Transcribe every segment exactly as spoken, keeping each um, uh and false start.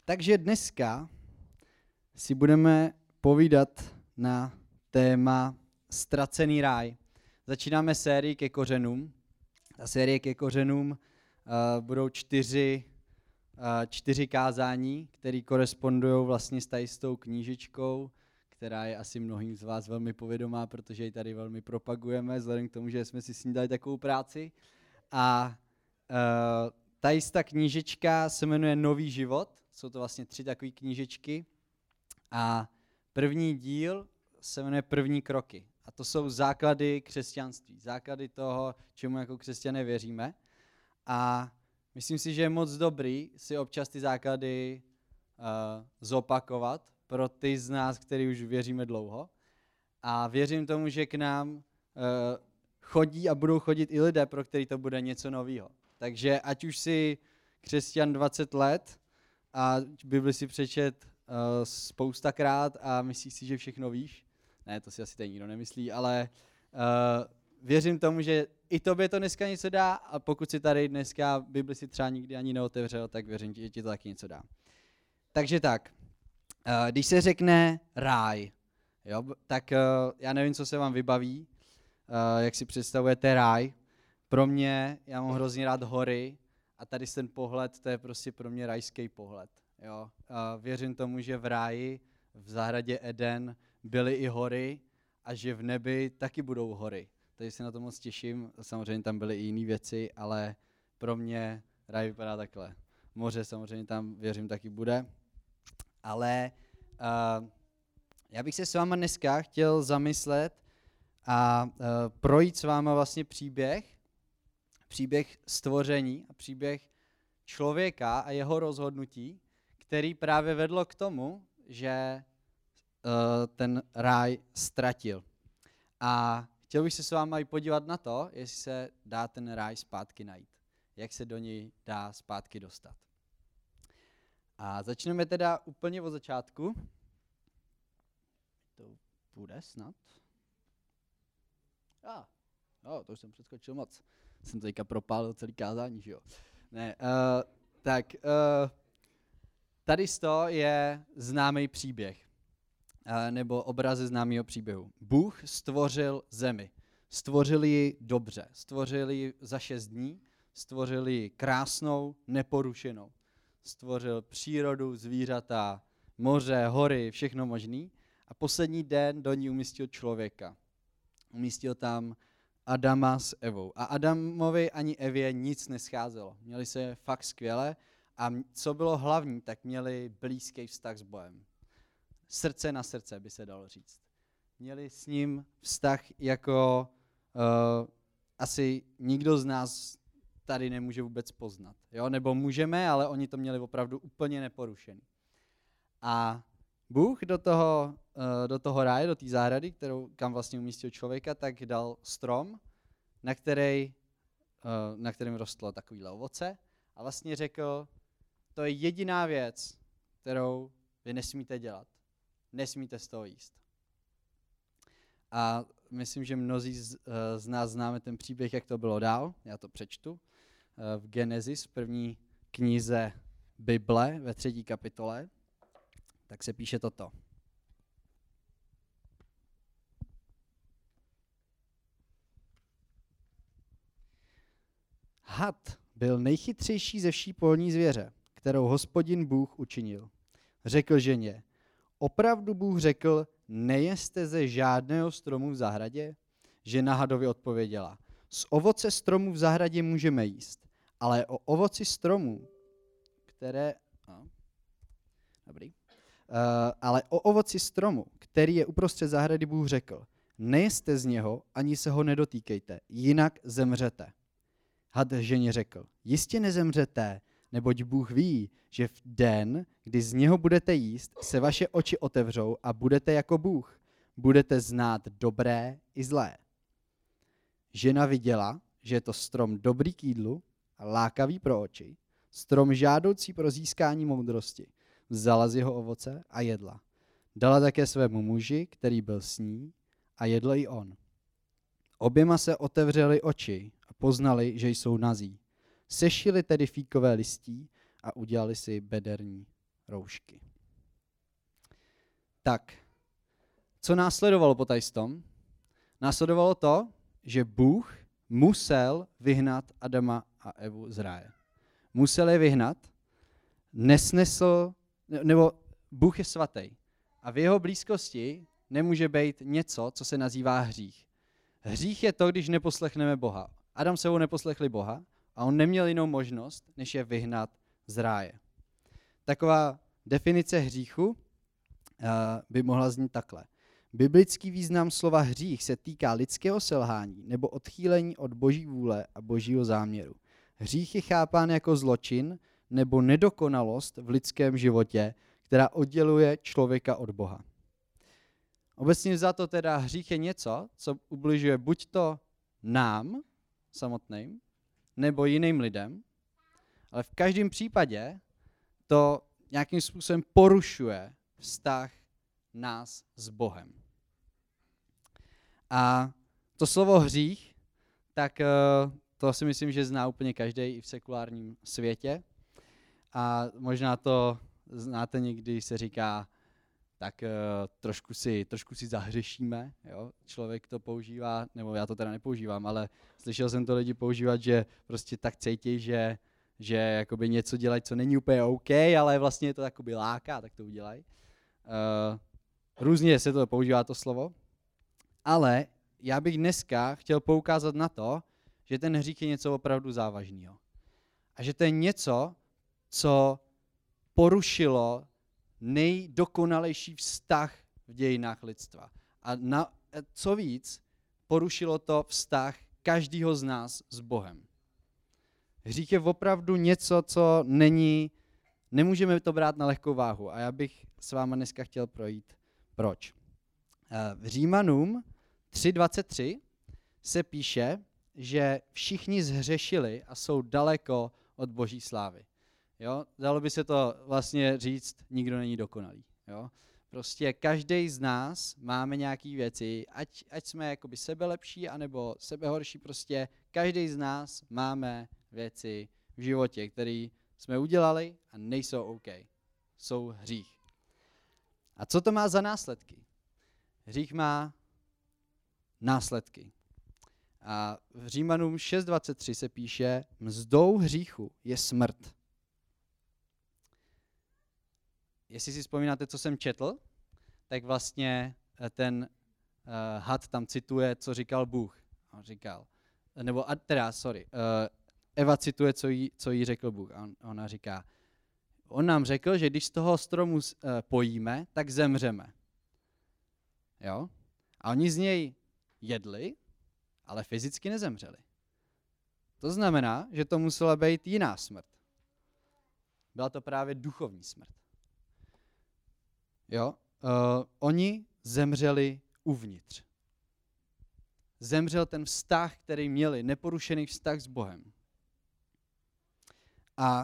Takže dneska si budeme povídat na téma Ztracený ráj. Začínáme sérii ke kořenům. Ta série ke kořenům uh, budou čtyři, uh, čtyři kázání, které korespondují vlastně s tady s tou knížičkou, která je asi mnohým z vás velmi povědomá, protože ji tady velmi propagujeme, vzhledem k tomu, že jsme si s ní dali takovou práci. A uh, tady ta knížečka se jmenuje Nový život. Jsou to vlastně tři takové knížečky. A první díl se jmenuje První kroky. A to jsou základy křesťanství, základy toho, čemu jako křesťané věříme. A myslím si, že je moc dobrý si občas ty základy uh, zopakovat pro ty z nás, kteří už věříme dlouho. A věřím tomu, že k nám uh, chodí a budou chodit i lidé, pro který to bude něco nového. Takže ať už si křesťan dvacet let a Bibli si přečet uh, spoustakrát a myslíš si, že všechno víš, ne, to si asi tady nikdo nemyslí, ale uh, věřím tomu, že i tobě to dneska něco dá a pokud si tady dneska Bibli si třeba nikdy ani neotevřel, tak věřím ti, že ti to taky něco dá. Takže tak, uh, když se řekne ráj, jo, tak uh, já nevím, co se vám vybaví, uh, jak si představujete ráj. Pro mě, já mám hrozně rád hory a tady ten pohled, to je prostě pro mě rajský pohled. Jo. Uh, věřím tomu, že v ráji, v zahradě Eden, byly i hory a že v nebi taky budou hory. Takže se na to moc těším, samozřejmě tam byly i jiné věci, ale pro mě ráj vypadá takhle. Moře samozřejmě tam, věřím, taky bude. Ale uh, já bych se s váma dneska chtěl zamyslet a uh, projít s váma vlastně příběh, příběh stvoření a příběh člověka a jeho rozhodnutí, který právě vedlo k tomu, že ten ráj ztratil. A chtěl bych se s vámi podívat na to, jestli se dá ten ráj zpátky najít. Jak se do něj dá zpátky dostat. A začneme teda úplně od začátku. To bude snad. A, ah, oh, to už jsem přeskočil moc. Jsem teďka propálil celý kázání, že jo. Ne, uh, tak uh, tady z toho je známý příběh. Nebo obrazy známého příběhu. Bůh stvořil zemi. Stvořil ji dobře. Stvořil ji za šest dní. Stvořil ji krásnou, neporušenou. Stvořil přírodu, zvířata, moře, hory, všechno možný. A poslední den do ní umístil člověka. Umístil tam Adama s Evou. A Adamovi ani Evě nic nescházelo. Měli se fakt skvěle. A co bylo hlavní, tak měli blízký vztah s Bohem. Srdce na srdce, by se dalo říct. Měli s ním vztah jako uh, asi nikdo z nás tady nemůže vůbec poznat. Jo? Nebo můžeme, ale oni to měli opravdu úplně neporušený. A Bůh do toho, uh, do toho ráje, do té zahrady, kterou, kam vlastně umístil člověka, tak dal strom, na, který, uh, na kterém rostlo takovýhle ovoce a vlastně řekl, to je jediná věc, kterou vy nesmíte dělat. Nesmíte z toho jíst. A myslím, že mnozí z, z nás známe ten příběh, jak to bylo dál. Já to přečtu. V Genesis, v první knize Bible, ve třetí kapitole, tak se píše toto. Had byl nejchytřejší ze vší polní zvěře, kterou Hospodin Bůh učinil. Řekl ženě, opravdu Bůh řekl, nejeste ze žádného stromu v zahradě? Žena hadovi odpověděla, z ovoce stromů v zahradě můžeme jíst, ale o ovoci stromů, které... No, dobrý. Uh, ale o ovoci stromu, který je uprostřed zahrady, Bůh řekl, nejeste z něho, ani se ho nedotýkejte, jinak zemřete. Had ženě řekl, jistě nezemřete, neboť Bůh ví, že v den, kdy z něho budete jíst, se vaše oči otevřou a budete jako Bůh. Budete znát dobré i zlé. Žena viděla, že je to strom dobrý k jídlu a lákavý pro oči, strom žádoucí pro získání moudrosti. Vzala z jeho ovoce a jedla. Dala také svému muži, který byl s ní, a jedl i on. Oběma se otevřely oči a poznali, že jsou nazí. Sešili tedy fíkové listí a udělali si bederní roušky. Tak, co následovalo po tajstom? Následovalo to, že Bůh musel vyhnat Adama a Evu z ráje. Musel je vyhnat, nesnesl, nebo Bůh je svatý. A v jeho blízkosti nemůže být něco, co se nazývá hřích. Hřích je to, když neposlechneme Boha. Adam se ho neposlechli Boha a on neměl jinou možnost, než je vyhnat z ráje. Taková definice hříchu uh, by mohla znít takhle. Biblický význam slova hřích se týká lidského selhání nebo odchýlení od boží vůle a božího záměru. Hřích je chápán jako zločin nebo nedokonalost v lidském životě, která odděluje člověka od Boha. Obecně vzato teda hřích je něco, co ubližuje buď to nám samotným, nebo jiným lidem, ale v každém případě to nějakým způsobem porušuje vztah nás s Bohem. A to slovo hřích, tak to si myslím, že zná úplně každý i v sekulárním světě. A možná to znáte někdy, se říká, tak uh, trošku, si, trošku si zahřešíme. Jo? Člověk to používá, nebo já to teda nepoužívám, ale slyšel jsem to lidi používat, že prostě tak cítí, že, že jakoby něco dělají, co není úplně OK, ale vlastně je to jakoby láká, tak to udělají. Uh, různě se to používá to slovo, ale já bych dneska chtěl poukázat na to, že ten hřích je něco opravdu závažného. A že to je něco, co porušilo nejdokonalejší vztah v dějinách lidstva. A na, co víc, porušilo to vztah každého z nás s Bohem. Hřích je opravdu něco, co není, nemůžeme to brát na lehkou váhu. A já bych s váma dneska chtěl projít, proč. V Římanům tři dvacet tři se píše, že všichni zhřešili a jsou daleko od boží slávy. Jo? Dalo by se to vlastně říct, nikdo není dokonalý. Jo? Prostě každý z nás máme nějaké věci, ať, ať jsme jakoby sebelepší, anebo sebehorší, prostě každý z nás máme věci v životě, které jsme udělali a nejsou OK. Jsou hřích. A co to má za následky? Hřích má následky. A v Římanům šest dvacet tři se píše, mzdou hříchu je smrt. Jestli si vzpomínáte, co jsem četl, tak vlastně ten uh, had tam cituje, co říkal Bůh. On říkal, nebo teda, sorry, uh, Eva cituje, co jí, co jí řekl Bůh. A on, ona říká, on nám řekl, že když z toho stromu uh, pojíme, tak zemřeme. Jo? A oni z něj jedli, ale fyzicky nezemřeli. To znamená, že to musela být jiná smrt. Byla to právě duchovní smrt. Jo? Uh, oni zemřeli uvnitř. Zemřel ten vztah, který měli, neporušený vztah s Bohem. A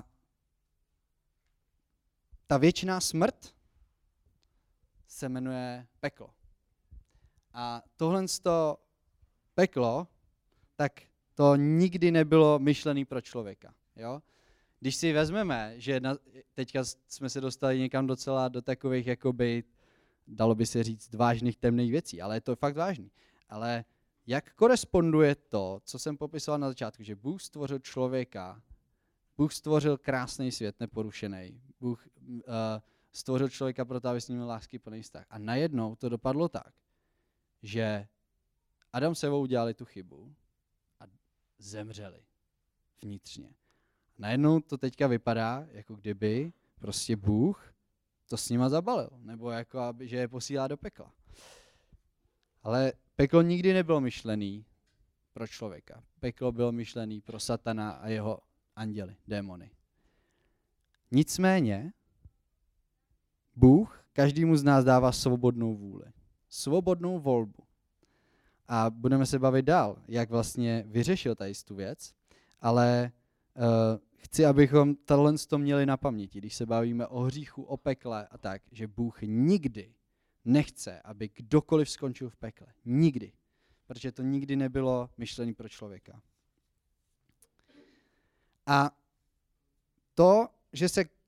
ta věčná smrt se jmenuje peklo. A tohle to peklo, tak to nikdy nebylo myšlené pro člověka. Jo? Když si vezmeme, že na, teďka jsme se dostali někam docela do takových, jakoby, dalo by se říct, vážných temných věcí, ale je to fakt vážný. Ale jak koresponduje to, co jsem popisoval na začátku, že Bůh stvořil člověka, Bůh stvořil krásný svět, neporušený, Bůh uh, stvořil člověka proto, aby s ním lásky plný vztah. A najednou to dopadlo tak, že Adam s Evou udělali tu chybu a zemřeli vnitřně. Najednou to teďka vypadá, jako kdyby prostě Bůh to s nima zabalil, nebo jako aby, že je posílá do pekla. Ale peklo nikdy nebylo myšlený pro člověka. Peklo bylo myšlený pro satana a jeho anděly, démony. Nicméně Bůh každému z nás dává svobodnou vůli. Svobodnou volbu. A budeme se bavit dál, jak vlastně vyřešil tady tu věc, ale uh, chci, abychom tohle to měli na paměti, když se bavíme o hříchu, o pekle a tak, že Bůh nikdy nechce, aby kdokoliv skončil v pekle. Nikdy. Protože to nikdy nebylo myšlené pro člověka. A to, že se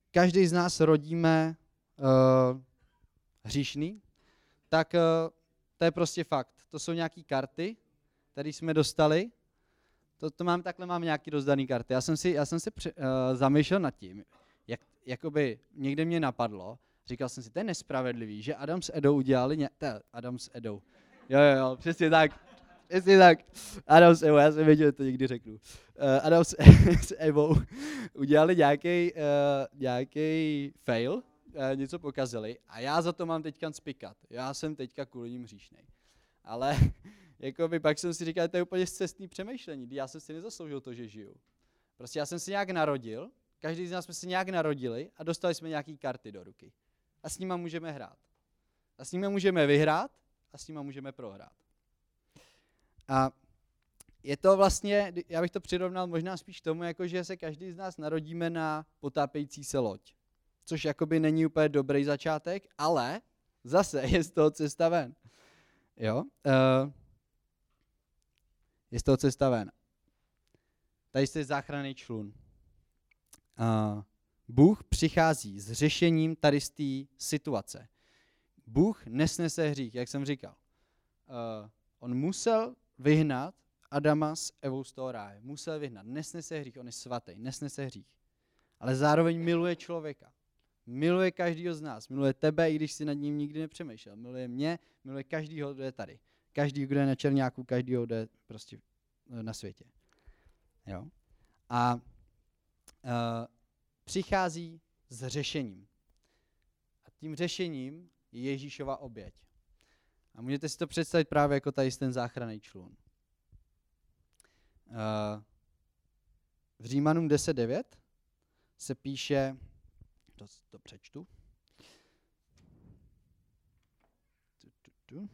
každý z nás rodíme uh, hříšný, tak uh, to je prostě fakt. To jsou nějaký karty, které jsme dostali. To, to mám, takhle mám nějaký rozdaný karty. Já jsem si, já jsem si pře, uh, zamýšlel nad tím, jak jakoby někde mě napadlo, říkal jsem si, to je nespravedlivý, že Adam s Edou udělali, ně, ta, Adam s Edou, jo, jo, jo, přesně tak, přesně tak, Adam s Evou, já jsem věděl, že to někdy řeknu, uh, Adam s, s Evou udělali nějaký uh, nějaký fail, uh, něco pokazili a já za to mám teďka spikat, já jsem teďka kvůli ním hříšnej, ale jakoby pak jsem si říkal, to je úplně scestný přemýšlení, já jsem si nezasloužil to, že žiju, prostě já jsem si nějak narodil, každý z nás jsme se nějak narodili a dostali jsme nějaký karty do ruky. A s nima můžeme hrát. A s nima můžeme vyhrát a s nima můžeme prohrát. A je to vlastně, já bych to přirovnal možná spíš k tomu, jako že se každý z nás narodíme na potápějící se loď. Což jakoby není úplně dobrý začátek, ale zase je z toho cesta ven. Jo? Uh, je z toho cesta ven. Tady je záchranný člun. Uh, Bůh přichází s řešením tady z té situace. Bůh nesnese hřích, jak jsem říkal. Uh, on musel vyhnat Adama s Evou z toho ráje. Musel vyhnat. Nesnese hřích, on je svatý, nesnese hřích. Ale zároveň miluje člověka. Miluje každýho z nás. Miluje tebe, i když si nad ním nikdy nepřemýšlel. Miluje mě, miluje každýho, kdo je tady. Každý, kdo je na černáku, každýho, kdo je prostě na světě. Jo? A Uh, přichází s řešením. A tím řešením je Ježíšova oběť. A můžete si to představit právě jako tady ten záchranný člun. Uh, v Římanům deset devět se píše, to, to přečtu, tu, tu, tu.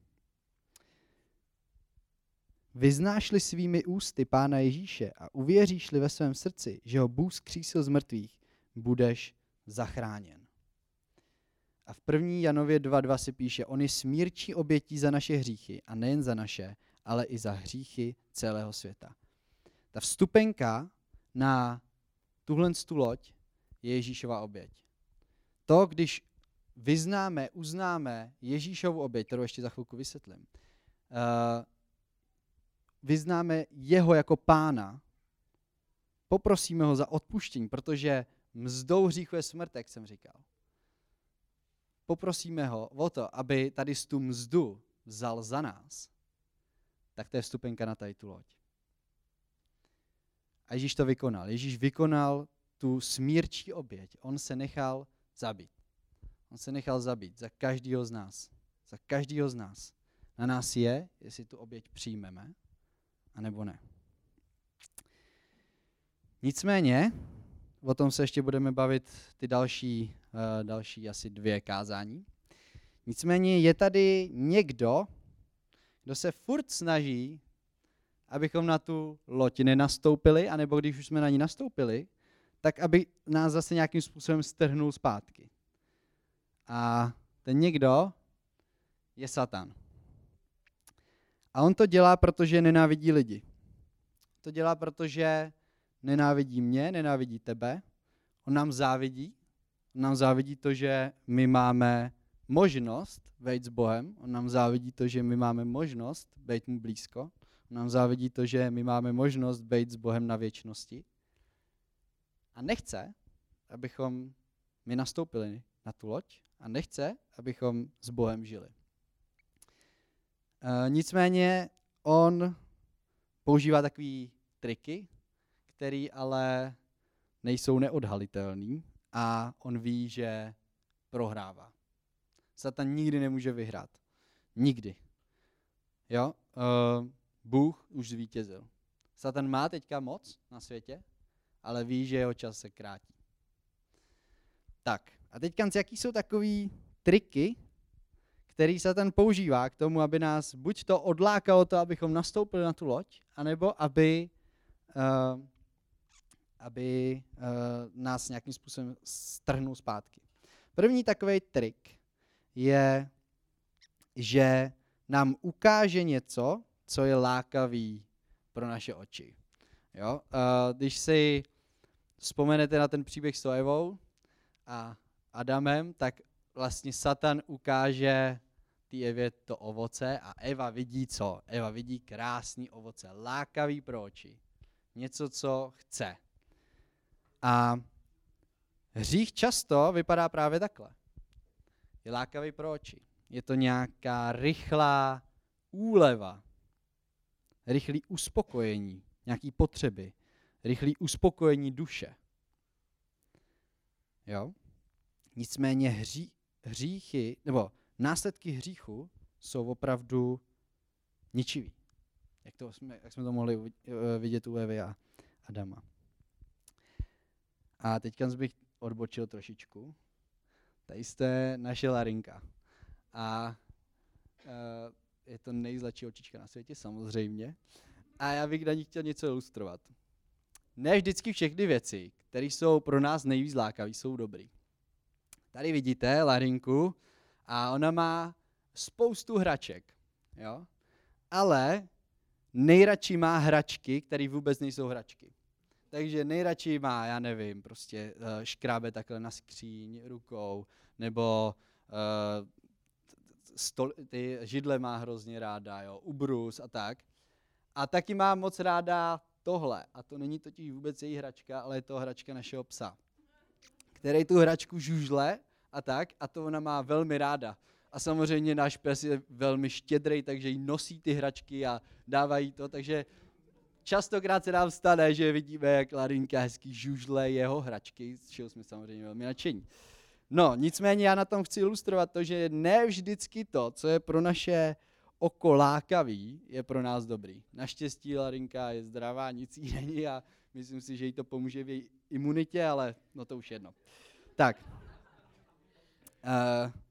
Vyznáš-li svými ústy Pána Ježíše a uvěříš-li ve svém srdci, že ho Bůh zkřísil z mrtvých, budeš zachráněn. A v první Janově dva dva si píše, on je smírčí obětí za naše hříchy a nejen za naše, ale i za hříchy celého světa. Ta vstupenka na tuhle tu loď je Ježíšova oběť. To, když vyznáme, uznáme Ježíšovu oběť, kterou ještě za chvilku vysvětlím, uh, vyznáme jeho jako pána, poprosíme ho za odpuštění, protože mzdou hříchu je smrt, jak jsem říkal. Poprosíme ho o to, aby tady z tu mzdu vzal za nás, tak to je vstupenka na tady tu loď. A Ježíš to vykonal. Ježíš vykonal tu smírčí oběť. On se nechal zabít. On se nechal zabít za každýho z nás. Za každýho z nás. Na nás je, jestli tu oběť přijmeme, anebo ne. Nicméně, o tom se ještě budeme bavit ty další, uh, další asi dvě kázání. Nicméně je tady někdo, kdo se furt snaží, abychom na tu loď nenastoupili, anebo když už jsme na ní nastoupili, tak aby nás zase nějakým způsobem strhnul zpátky. A ten někdo je Satan. A on to dělá, protože nenávidí lidi. To dělá, protože nenávidí mě, nenávidí tebe. On nám závidí. On nám závidí to, že my máme možnost být s Bohem. On nám závidí to, že my máme možnost být mu blízko. On nám závidí to, že my máme možnost být s Bohem na věčnosti. A nechce, abychom my nastoupili na tu loď a nechce, abychom s Bohem žili. E, nicméně on používá takové triky, které ale nejsou neodhalitelné a on ví, že prohrává. Satan nikdy nemůže vyhrát. Nikdy. Jo? E, Bůh už zvítězil. Satan má teďka moc na světě, ale ví, že jeho čas se krátí. Tak, a teďka, jaký jsou takový triky, který Satan používá k tomu, aby nás buď to odlákalo to, abychom nastoupili na tu loď, anebo aby, uh, aby uh, nás nějakým způsobem strhnul zpátky. První takový trik je, že nám ukáže něco, co je lákavý pro naše oči. Jo? Uh, když si vzpomenete na ten příběh s tou Evou, a Adamem, tak vlastně Satan ukáže té Evě to ovoce a Eva vidí co? Eva vidí krásný ovoce, lákavý pro oči. Něco, co chce. A hřích často vypadá právě takhle. Je lákavý pro oči. Je to nějaká rychlá úleva, rychlý uspokojení, nějaký potřeby, rychlý uspokojení duše. Jo? Nicméně hří, hříchy, nebo následky hříchu jsou opravdu ničivý. Jak, to jsme, jak jsme to mohli vidět u Evy a Adama. A teďka bych odbočil trošičku. Tady jste naše Larinka. A uh, je to nejzlatší očička na světě, samozřejmě. A já bych na ní chtěl něco ilustrovat. Ne vždycky všechny věci, které jsou pro nás nejvíc lákavé, jsou dobrý. Tady vidíte Larinku a ona má spoustu hraček. Jo? Ale nejradši má hračky, které vůbec nejsou hračky. Takže nejradši má, já nevím, prostě uh, škrábe takhle na skříň rukou, nebo uh, stol, ty židle má hrozně ráda, jo, ubrus a tak. A taky má moc ráda tohle. A to není totiž vůbec její hračka, ale je to hračka našeho psa, který tu hračku žužle a tak, a to ona má velmi ráda. A samozřejmě náš pes je velmi štědrý, takže jí nosí ty hračky a dávají to, takže častokrát se nám stane, že vidíme, jak Larinka hezky žužle jeho hračky, z čeho jsme samozřejmě velmi nadšení. No, nicméně já na tom chci ilustrovat to, že ne vždycky to, co je pro naše oko lákavý, je pro nás dobrý. Naštěstí Larinka je zdravá, nic jí není a myslím si, že jí to pomůže v její imunitě, ale no to už jedno. Tak. Uh,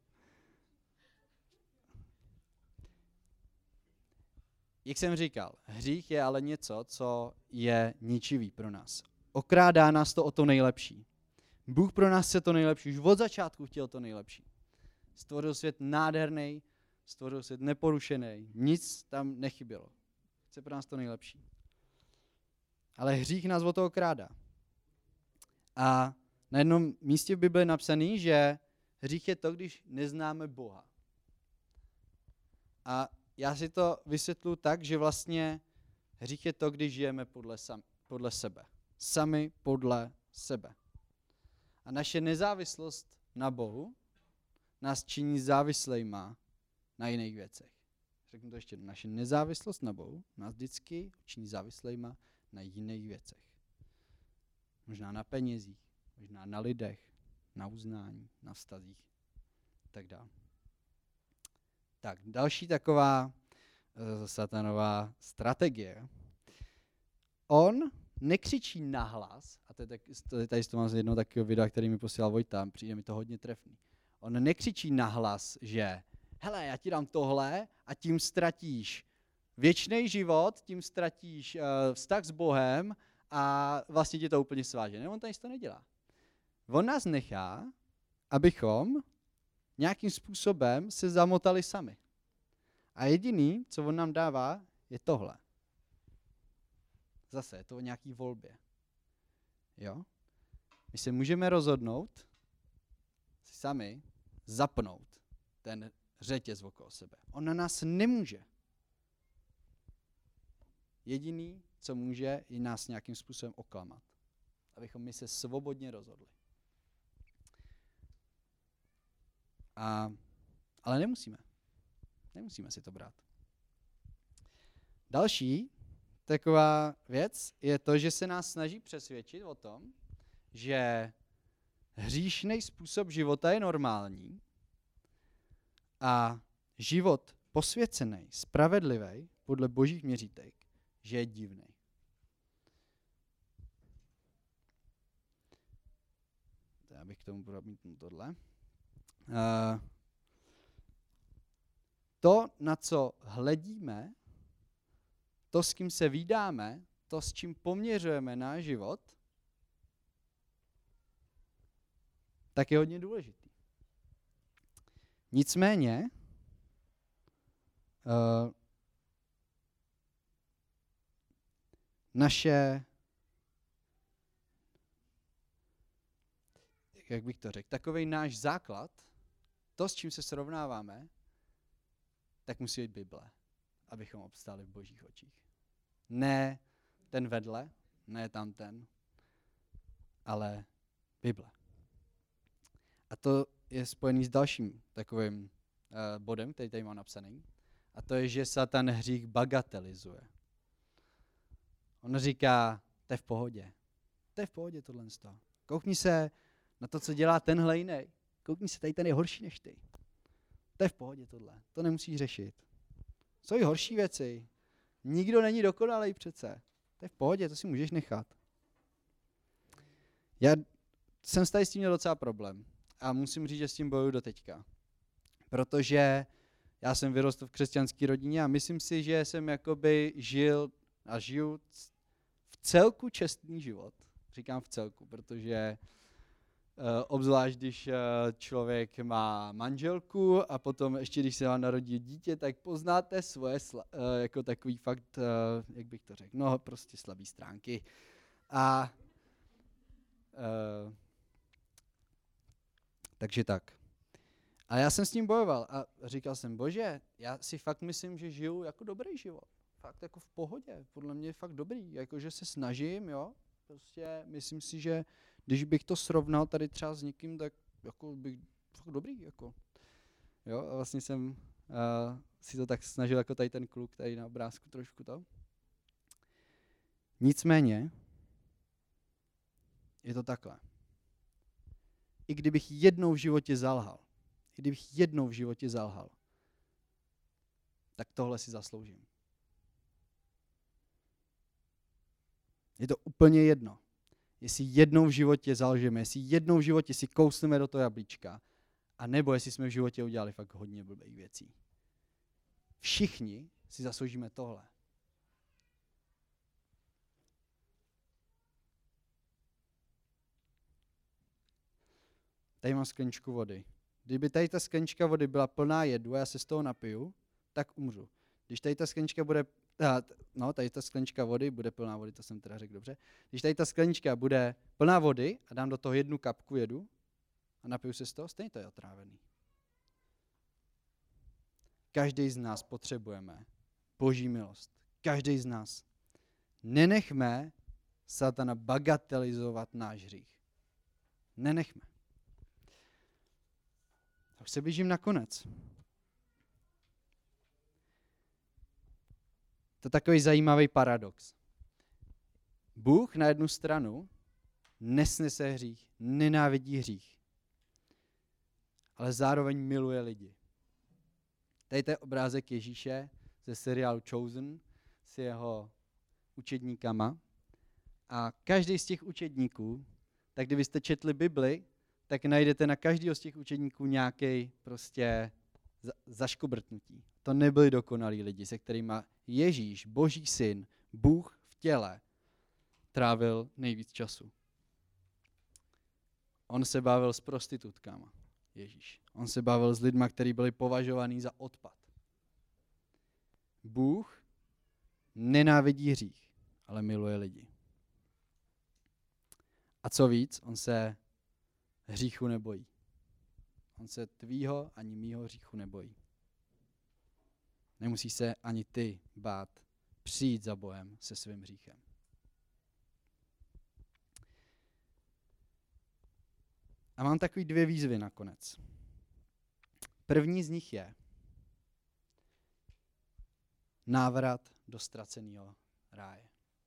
jak jsem říkal, hřích je ale něco, co je ničivý pro nás. Okrádá nás to o to nejlepší. Bůh pro nás chce to nejlepší. Už od začátku chtěl to nejlepší. Stvořil svět nádherný, stvořil svět neporušený. Nic tam nechybělo. Chce pro nás to nejlepší. Ale hřích nás o to okrádá. A na jednom místě v Bibli je napsaný, že hřích je to, když neznáme Boha. A já si to vysvětluji tak, že vlastně hřích je to, když žijeme podle, sam, podle sebe. Sami podle sebe. A naše nezávislost na Bohu nás činí závislejma na jiných věcech. Řeknu to ještě, naše nezávislost na Bohu nás vždycky činí závislejma na jiných věcech. Možná na penězích, možná na lidech, na uznání, na vztazích a tak dále. Tak, další taková uh, satanová strategie. On nekřičí nahlas, a to je tak, tady to mám z jednoho takového videa, který mi posílal Vojta, přijde mi to hodně trefný. On nekřičí nahlas, že hele, já ti dám tohle a tím ztratíš věčný život, tím ztratíš uh, vztah s Bohem a vlastně ti to úplně sváže. Ne, on tady to nedělá. On nás nechá, abychom nějakým způsobem se zamotali sami. A jediný, co on nám dává, je tohle. Zase je to o nějaký volbě. Jo? My se můžeme rozhodnout si sami zapnout ten řetěz okolo sebe. On na nás nemůže. Jediný, co může, je nás nějakým způsobem oklamat. Abychom my se svobodně rozhodli. A, ale nemusíme. Nemusíme si to brát. Další taková věc je to, že se nás snaží přesvědčit o tom, že hříšný způsob života je normální a život posvěcený, spravedlivý podle božích měřítek, že je divný. Já bych k tomu promítnul tohle. Uh, to, na co hledíme, to, s kým se vídáme, to, s čím poměřujeme náš život, tak je hodně důležitý. Nicméně, uh, naše jak bych to řekl, takovej náš základ, to, s čím se srovnáváme, tak musí být Bible, abychom obstáli v Božích očích. Ne ten vedle, ne tamten, ale Bible. A to je spojený s dalším takovým uh, bodem, který tady mám napsaný. A to je, že Satan hřích bagatelizuje. On říká, to je v pohodě. To je v pohodě tohle. Koukni se na to, co dělá tenhle jiný. Koukni se, tady ten je horší než ty. To je v pohodě tohle. To nemusíš řešit. Jsou i horší věci. Nikdo není dokonalý přece. To je v pohodě, to si můžeš nechat. Já jsem tady s tím měl docela problém. A musím říct, že s tím bojuju do teďka. Protože já jsem vyrostl v křesťanské rodině a myslím si, že jsem jakoby žil a žiju v celku čestný život. Říkám v celku, protože uh, obzvlášť, když uh, člověk má manželku a potom ještě, když se vám narodí dítě, tak poznáte svoje sla- uh, jako takový fakt, uh, jak bych to řekl, no prostě slabý stránky. A uh, takže tak. A já jsem s tím bojoval a říkal jsem, bože, já si fakt myslím, že žiju jako dobrý život. Fakt jako v pohodě. Podle mě je fakt dobrý. Jako, že se snažím, jo. Prostě myslím si, že když bych to srovnal tady třeba s někým, tak jako bych fakt dobrý, jako. Jo, a vlastně jsem uh, si to tak snažil jako tady ten kluk tady na obrázku trošku to. Nicméně je to takhle. I kdybych jednou v životě zalhal, i kdybych jednou v životě zalhal, tak tohle si zasloužím. Je to úplně jedno. Jestli jednou v životě zalžeme, jestli jednou v životě si kousneme do toho jablíčka, a nebo jestli jsme v životě udělali fakt hodně blbých věcí. Všichni si zasloužíme tohle. Tady mám skleničku vody. Kdyby tady ta sklenička vody byla plná jedu a já se z toho napiju, tak umřu. Když tady ta sklenička bude, no tady ta sklenička vody, bude plná vody, to jsem teda řekl dobře. Když tady ta sklenička bude plná vody a dám do toho jednu kapku jedu a napiju se z toho, stejně to je otrávený. Každý z nás potřebujeme Boží milost. Každý z nás. Nenechme Satana bagatelizovat náš hřích. Nenechme. Už se blížím na konec. To je takový zajímavý paradox. Bůh na jednu stranu nesnese hřích, nenávidí hřích, ale zároveň miluje lidi. Tady je obrázek Ježíše ze seriálu Chosen s jeho učedníkama. A každý z těch učedníků, tak kdybyste četli Bibli, tak najdete na každého z těch učedníků nějaký prostě za, zaškobrtnutí. To nebyli dokonalí lidi, se kterými Ježíš, Boží syn, Bůh v těle, trávil nejvíc času. On se bavil s prostitutkama, Ježíš. On se bavil s lidma, kteří byli považovaní za odpad. Bůh nenávidí hřích, ale miluje lidi. A co víc, on se hříchu nebojí. On se tvýho ani mýho hříchu nebojí. Nemusí se ani ty bát přijít za Bohem se svým hříchem. A mám takový dvě výzvy nakonec. První z nich je návrat do ztraceného ráje.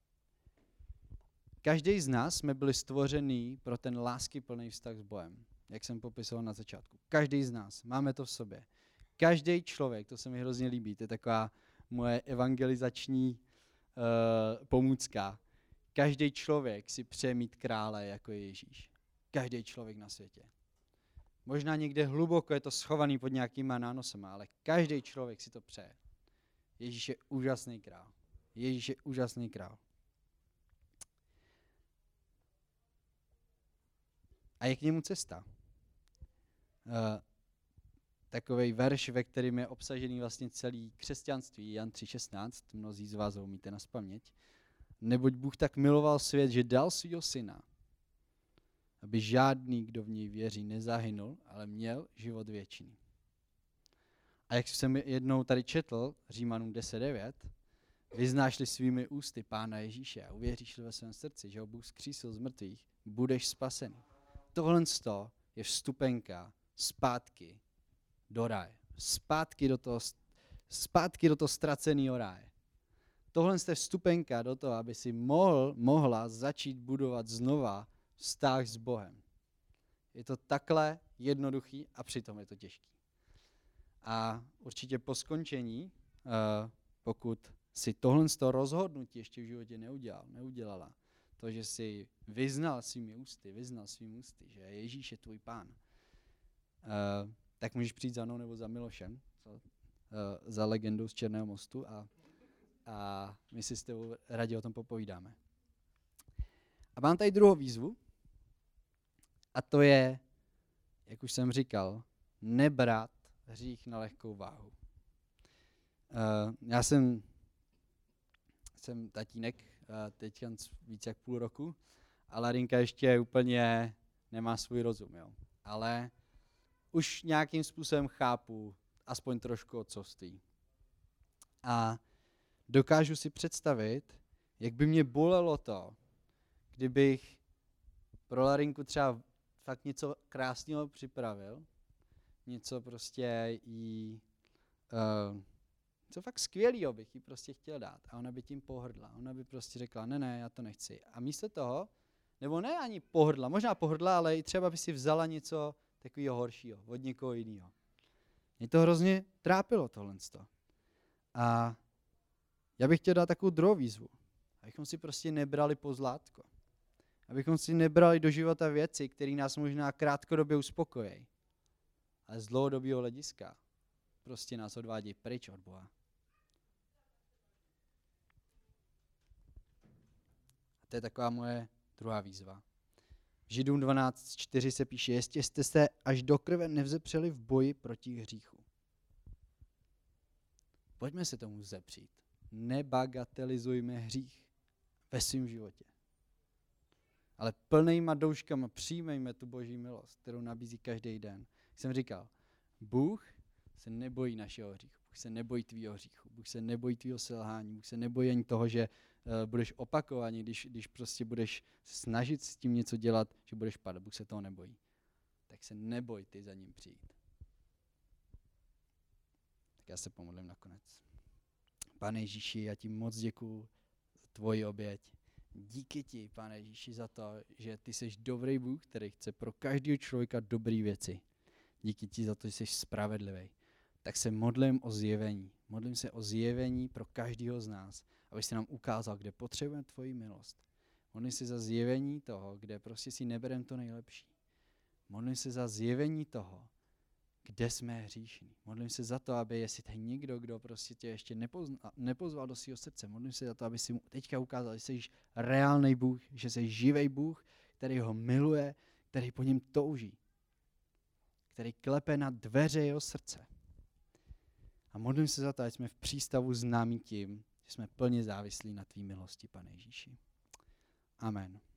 Každý z nás jsme byli stvořený pro ten láskyplný vztah s Bohem, jak jsem popisoval na začátku. Každý z nás, máme to v sobě. Každý člověk, to se mi hrozně líbí, to je taková moje evangelizační uh, pomůcka. Každý člověk si přeje mít krále, jako je Ježíš. Každý člověk na světě. Možná někde hluboko je to schovaný pod nějakýma nánosama, ale každý člověk si to přeje. Ježíš je úžasný král. Ježíš je úžasný král. A je k němu cesta. Uh, takovej verš, ve kterém je obsažený vlastně celý křesťanství, Jan tři šestnáct, mnozí z vás ho umíte nazpaměť. Neboť Bůh tak miloval svět, že dal svýho syna, aby žádný, kdo v něj věří, nezahynul, ale měl život věčný. A jak jsem jednou tady četl, Římanům deset devět, vyznáš-li svými ústy Pána Ježíše a uvěříš-li ve svém srdci, že ho Bůh vzkřísil z mrtvých, budeš spasený. Tohle je vstupenka zpátky do ráje. Zpátky do toho, zpátky do toho ztraceného ráje. Tohle je vstupenka do toho, aby si mohl, mohla začít budovat znova vztah s Bohem. Je to takhle jednoduchý a přitom je to těžký. A určitě po skončení, pokud si tohle z toho rozhodnutí ještě v životě neudělal, neudělala, to, že si vyznal svými ústy, vyznal svými ústy, že Ježíš je tvůj pán, tak můžeš přijít za mnou nebo za Milošem, za legendou z Černého mostu a, a my si s tebou rádi o tom popovídáme. A mám tady druhou výzvu a to je, jak už jsem říkal, nebrat hřích na lehkou váhu. Uh, já jsem, jsem tatínek uh, teď víc jak půl roku a Larinka ještě úplně nemá svůj rozum, jo. Ale už nějakým způsobem chápu aspoň trošku otcovství. A dokážu si představit, jak by mě bolelo to, kdybych pro Larinku třeba fakt něco krásného připravil, něco prostě jí, uh, co fakt skvělýho bych jí prostě chtěl dát a ona by tím pohrdla. Ona by prostě řekla, ne, ne, já to nechci. A místo toho, nebo ne ani pohrdla, možná pohrdla, ale i třeba by si vzala něco takového horšího, od někoho jiného. Mě to hrozně trápilo tohle. A já bych chtěl dát takovou druhou výzvu, abychom si prostě nebrali pozlátko. Abychom si nebrali do života věci, které nás možná krátkodobě uspokojí, ale z dlouhodobého hlediska prostě nás odvádějí pryč od Boha. A to je taková moje druhá výzva. V Židům dvanáct čtyři se píše, jestli jste se až do krve nevzepřeli v boji proti hříchu. Pojďme se tomu vzepřít. Nebagatelizujme hřích ve svém životě. Ale plnýma douškama přijmejme tu boží milost, kterou nabízí každý den. Jak jsem říkal, Bůh se nebojí našeho hříchu, Bůh se nebojí tvýho hříchu, Bůh se nebojí tvýho selhání, Bůh se nebojí ani toho, že uh, budeš opakovaný, když, když prostě budeš snažit s tím něco dělat, že budeš padat, Bůh se toho nebojí. Tak se neboj ty za ním přijít. Tak já se pomodlím nakonec. Pane Ježíši, já ti moc děkuju za tvoji oběť. Díky ti, Pane Ježíši, za to, že ty jsi dobrý Bůh, který chce pro každého člověka dobrý věci. Díky ti za to, že jsi spravedlivý. Tak se modlím o zjevení. Modlím se o zjevení pro každého z nás, aby si nám ukázal, kde potřebujeme tvoji milost. Modlím se za zjevení toho, kde prostě si nebereme to nejlepší. Modlím se za zjevení toho, kde jsme hříšní. Modlím se za to, aby jestli tady někdo, kdo prostě tě ještě nepozna, nepozval do svého srdce, modlím se za to, aby si mu teďka ukázal, že jsi reálný Bůh, že jsi živý Bůh, který ho miluje, který po něm touží, který klepe na dveře jeho srdce. A modlím se za to, ať jsme v přístavu známí tím, že jsme plně závislí na tvý milosti, Pane Ježíši. Amen.